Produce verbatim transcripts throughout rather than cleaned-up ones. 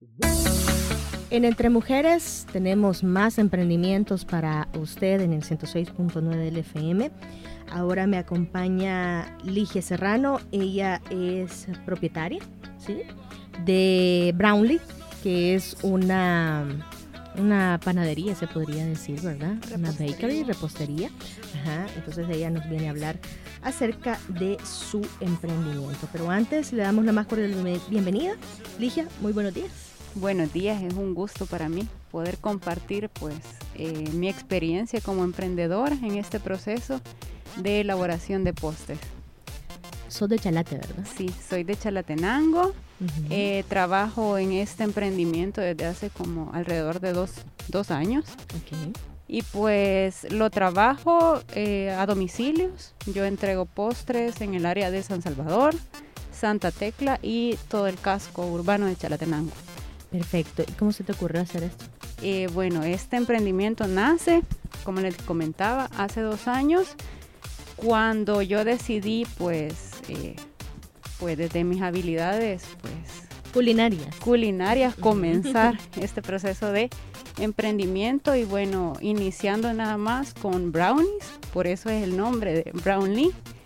En Entre Mujeres tenemos más emprendimientos para usted en el ciento seis punto nueve del F M. Ahora me acompaña Ligia Serrano. Ella es propietaria, ¿sí?, de Brownlee, que es una, una panadería, se podría decir, ¿verdad? Repostería. Una bakery, repostería. Ajá. Entonces ella nos viene a hablar acerca de su emprendimiento. Pero antes le damos la más cordial bienvenida. Ligia, muy buenos días. Buenos días, es un gusto para mí poder compartir pues eh, mi experiencia como emprendedora en este proceso de elaboración de postres. Sos de Chalate, ¿verdad? Sí, soy de Chalatenango, Uh-huh. eh, trabajo en este emprendimiento desde hace como alrededor de dos, dos años. Okay. Y pues lo trabajo eh, a domicilios. Yo entrego postres en el área de San Salvador, Santa Tecla y todo el casco urbano de Chalatenango. Perfecto. ¿Y cómo se te ocurrió hacer esto? Eh, bueno, este emprendimiento nace, como les comentaba, hace dos años, cuando yo decidí, pues, eh, pues desde mis habilidades, pues, Culinarias. culinarias, comenzar este proceso de emprendimiento y bueno, iniciando nada más con brownies, por eso es el nombre de Brownlee,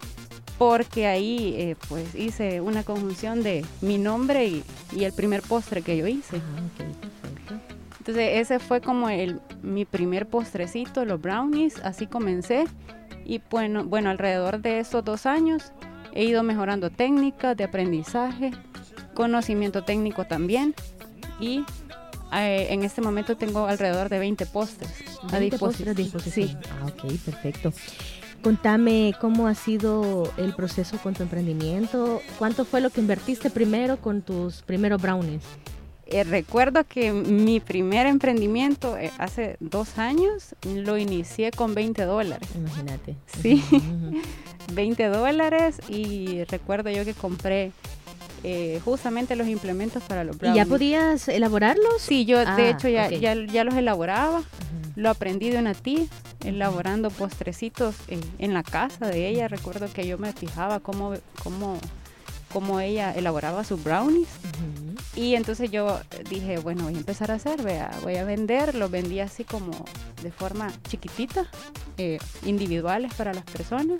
porque ahí eh, pues hice una conjunción de mi nombre y, y el primer postre que yo hice. Ah, ok, perfecto. Entonces ese fue como el, mi primer postrecito, los brownies, así comencé. Y bueno, bueno, alrededor de esos dos años he ido mejorando técnicas de aprendizaje, conocimiento técnico también. Y eh, en este momento tengo alrededor de veinte postres a veinte disposición. postres a disposición. Sí. Ah, ok, perfecto. Contame cómo ha sido el proceso con tu emprendimiento. ¿Cuánto fue lo que invertiste primero con tus primeros brownies? Eh, recuerdo que mi primer emprendimiento eh, hace dos años lo inicié con veinte dólares. Imagínate. Sí, Uh-huh. veinte dólares y recuerdo yo que compré eh, justamente los implementos para los ¿Y brownies. ya podías elaborarlos? Sí, yo Ah, de hecho ya, ok. ya, ya los elaboraba, Uh-huh. lo aprendí de una tía, elaborando postrecitos en, en la casa de ella. Recuerdo que yo me fijaba cómo, cómo, cómo ella elaboraba sus brownies. Uh-huh. Y entonces yo dije, bueno, voy a empezar a hacer, voy a, voy a vender, los vendí así como de forma chiquitita, eh, individuales para las personas.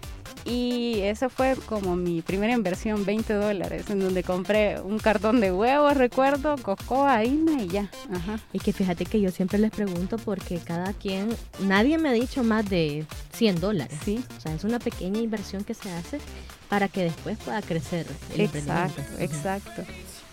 Y eso fue como mi primera inversión, veinte dólares, en donde compré un cartón de huevos, recuerdo, cocoa, harina y ya. Ajá. Y que fíjate que yo siempre les pregunto porque cada quien, nadie me ha dicho más de cien dólares. Sí, O sea, es una pequeña inversión que se hace para que después pueda crecer el exacto, emprendimiento. Ujú. exacto.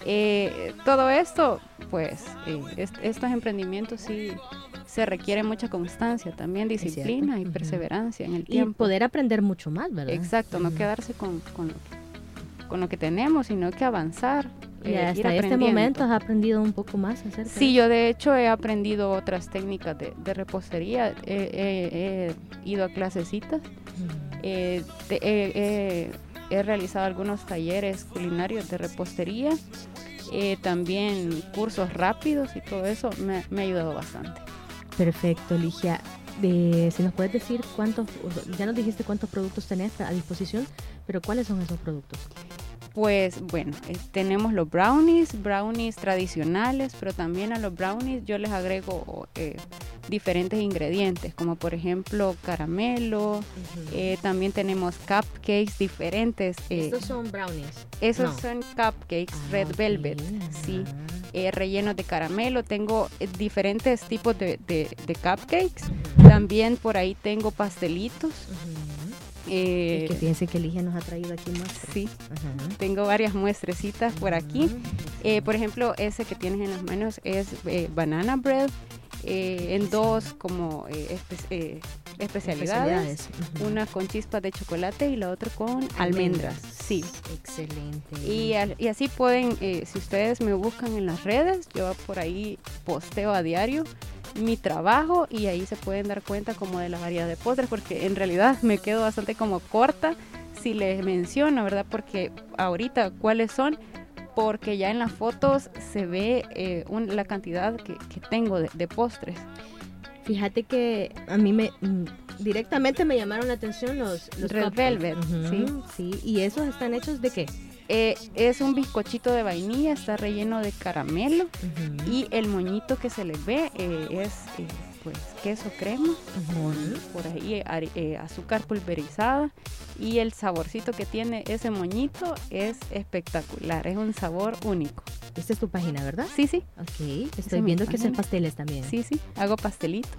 Eh, todo esto, pues, eh, est- estos emprendimientos sí se requiere mucha constancia, también disciplina y Ujú. perseverancia en el Y tiempo. poder aprender mucho más, ¿verdad? Exacto, no Ujú. quedarse con, con, lo, con lo que tenemos, sino que avanzar. Y eh, ir hasta este aprendiendo. momento has aprendido un poco más acerca de Sí, yo de hecho he aprendido otras técnicas de, de repostería, he, he- he ido a clasecitas, Ujú. eh, de- he, he- he realizado algunos talleres culinarios de repostería, eh, también cursos rápidos y todo eso me, me ha ayudado bastante. Perfecto, Ligia. De, si nos puedes decir cuántos, ya nos dijiste cuántos productos tenés a disposición, pero ¿cuáles son esos productos? Pues bueno, eh, tenemos los brownies, brownies tradicionales, pero también a los brownies yo les agrego eh, diferentes ingredientes, como por ejemplo caramelo, Ujú. eh, también tenemos cupcakes diferentes. eh, Estos son brownies. esos no. son cupcakes, Ah, red ok. velvet, sí, eh, rellenos de caramelo. Tengo eh, diferentes tipos de, de- de cupcakes. También por ahí tengo pastelitos. Ujú. eh, Y que fíjense que Ligia nos ha traído aquí muestras. sí, Ajá. tengo varias muestrecitas por aquí. Ujú. Eh, por ejemplo, ese que tienes en las manos es eh, banana bread eh, en dos como eh, espe- eh, especialidades. Ujú. Una con chispas de chocolate y la otra con almendras. Sí. Excelente. Y, al- y así pueden, eh, si ustedes me buscan en las redes, yo por ahí posteo a diario mi trabajo y ahí se pueden dar cuenta como de la variedad de postres, porque en realidad me quedo bastante como corta si les menciono, ¿verdad? Porque ahorita, ¿cuáles son? Porque ya en las fotos se ve eh, un- la cantidad que, que tengo de, de postres. Fíjate que a mí me mm, directamente me llamaron la atención los, los Red cupcakes. Velvet, Ujú, sí. sí. ¿Y esos están hechos de qué? Eh, es un bizcochito de vainilla, está relleno de caramelo uh-huh. y el moñito que se le ve eh, es eh, pues queso crema uh-huh. con por ahí eh, azúcar pulverizada, y el saborcito que tiene ese moñito es espectacular, es un sabor único. Esta es tu página, ¿verdad? Sí, sí. Ok, estoy viendo que hacen pasteles también. Sí, sí, hago pastelitos.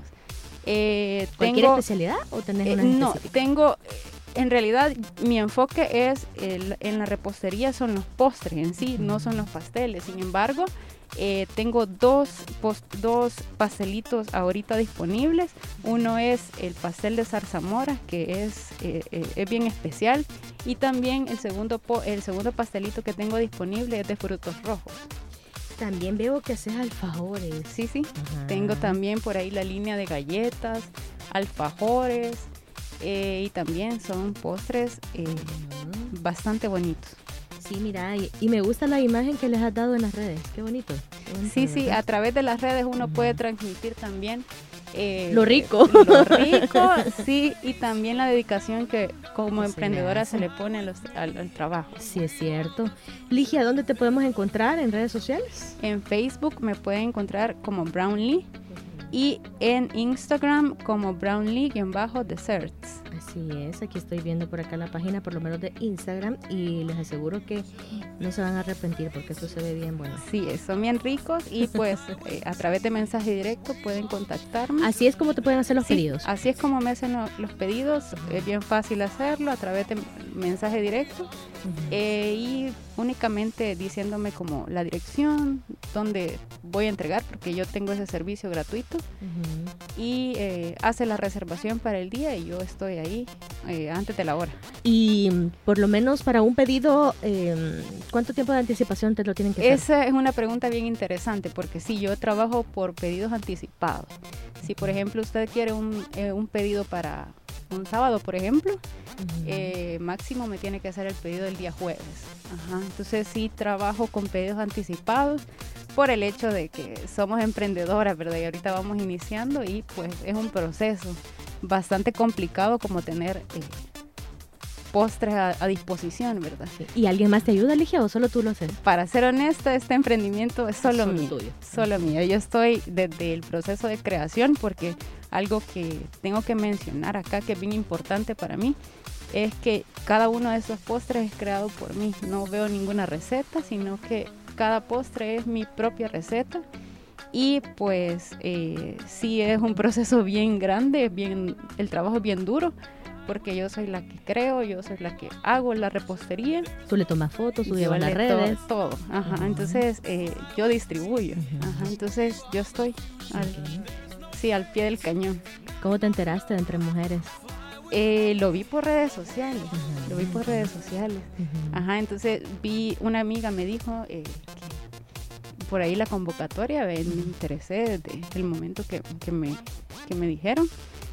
Eh, ¿Cualquier tengo, especialidad o tenés una eh, No, específica? tengo... En realidad mi enfoque es el, en la repostería son los postres en sí, uh-huh. no son los pasteles. Sin embargo, eh, tengo dos, post, dos pastelitos ahorita disponibles. Uno es el pastel de zarzamora, que es, eh, eh, es bien especial, y también el segundo, po, el segundo pastelito que tengo disponible es de frutos rojos. También veo que haces alfajores. Sí, sí. Uh-huh. Tengo también por ahí la línea de galletas, alfajores. Eh, y también son postres eh, uh-huh. bastante bonitos. Sí, mira, y, y me gusta la imagen que les has dado en las redes, qué bonito. Qué bonito, sí, ¿verdad? Sí, a través de las redes uno uh-huh. puede transmitir también eh, lo rico. Lo rico, sí, y también la dedicación que como se emprendedora se le pone a los, al, al trabajo. Sí, es cierto. Ligia, ¿dónde te podemos encontrar en redes sociales? En Facebook me pueden encontrar como Brownlee. Y en Instagram como Brownlee-Desserts. Así es, aquí estoy viendo por acá la página, por lo menos de Instagram, y les aseguro que no se van a arrepentir porque esto se ve bien bueno. Sí, son bien ricos y pues eh, a través de mensaje directo pueden contactarme. Así es como te pueden hacer los sí, pedidos. Así es como me hacen los pedidos, uh-huh. es bien fácil hacerlo a través de mensaje directo uh-huh. eh, y únicamente diciéndome como la dirección, donde voy a entregar, porque yo tengo ese servicio gratuito uh-huh. y eh, hace la reservación para el día y yo estoy ahí eh, antes de la hora. Y por lo menos para un pedido, eh, ¿cuánto tiempo de anticipación te lo tienen que hacer? Esa es una pregunta bien interesante, porque sí, yo trabajo por pedidos anticipados. Si por ejemplo usted quiere un, eh, un pedido para un sábado, por ejemplo, uh-huh. eh, máximo me tiene que hacer el pedido el día jueves. Ajá. Entonces sí trabajo con pedidos anticipados por el hecho de que somos emprendedoras, ¿verdad? Y ahorita vamos iniciando y pues es un proceso bastante complicado como tener eh, postres a, a disposición, ¿verdad? Sí. ¿Y alguien más te ayuda, Ligia, o solo tú lo haces? Para ser honesta, este emprendimiento es solo, solo mío, tuyo. solo mío. Yo estoy desde el proceso de creación, porque algo que tengo que mencionar acá que es bien importante para mí es que cada uno de esos postres es creado por mí. No veo ninguna receta, sino que cada postre es mi propia receta. Y pues eh, sí es un proceso bien grande, bien, el trabajo es bien duro, porque yo soy la que creo, yo soy la que hago la repostería. Tú le tomas fotos, tú llevas las redes. Todo, todo. Ajá. Uh-huh. Entonces eh, yo distribuyo. Uh-huh. Ajá. Entonces yo estoy al, okay. sí, al pie del cañón. ¿Cómo te enteraste de Entre Mujeres? Eh, lo vi por redes sociales, uh-huh. lo vi por redes sociales. Uh-huh. Ajá. Entonces vi, una amiga me dijo eh, que por ahí la convocatoria, me interesé desde el momento que, que, me, que me dijeron.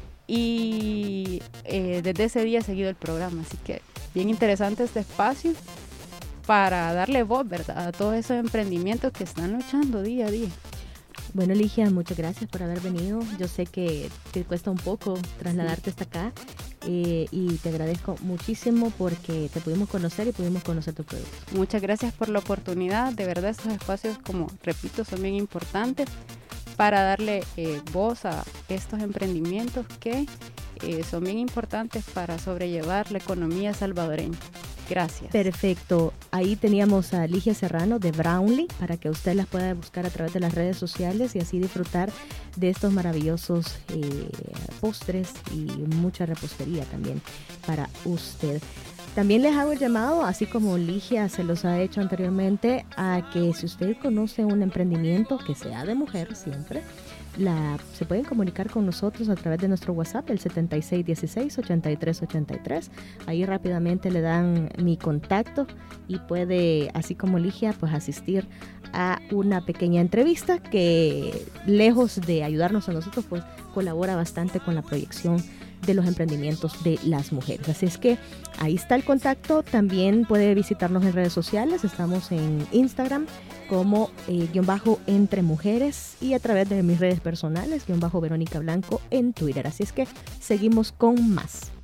Y eh, desde ese día he seguido el programa, así que bien interesante este espacio para darle voz, ¿verdad?, a todos esos emprendimientos que están luchando día a día. Bueno, Ligia, muchas gracias por haber venido. Yo sé que te cuesta un poco trasladarte sí. hasta acá eh, y te agradezco muchísimo porque te pudimos conocer y pudimos conocer tu producto. Muchas gracias por la oportunidad. De verdad, estos espacios, como repito, son bien importantes para darle eh, voz a estos emprendimientos que eh, son bien importantes para sobrellevar la economía salvadoreña. Gracias. Perfecto. Ahí teníamos a Ligia Serrano de Brownlee para que usted las pueda buscar a través de las redes sociales y así disfrutar de estos maravillosos eh, postres y mucha repostería también para usted. También les hago el llamado, así como Ligia se los ha hecho anteriormente, a que si usted conoce un emprendimiento que sea de mujer siempre, la, se pueden comunicar con nosotros a través de nuestro WhatsApp, el setenta y seis dieciséis ochenta y tres ochenta y tres. Ahí rápidamente le dan mi contacto y puede, así como Ligia, pues asistir a una pequeña entrevista que, lejos de ayudarnos a nosotros, pues colabora bastante con la proyección de los emprendimientos de las mujeres. Así es que ahí está el contacto. También puede visitarnos en redes sociales. Estamos en Instagram como eh, guión bajo Entre Mujeres y a través de mis redes personales, guión bajo Verónica Blanco en Twitter. Así es que seguimos con más.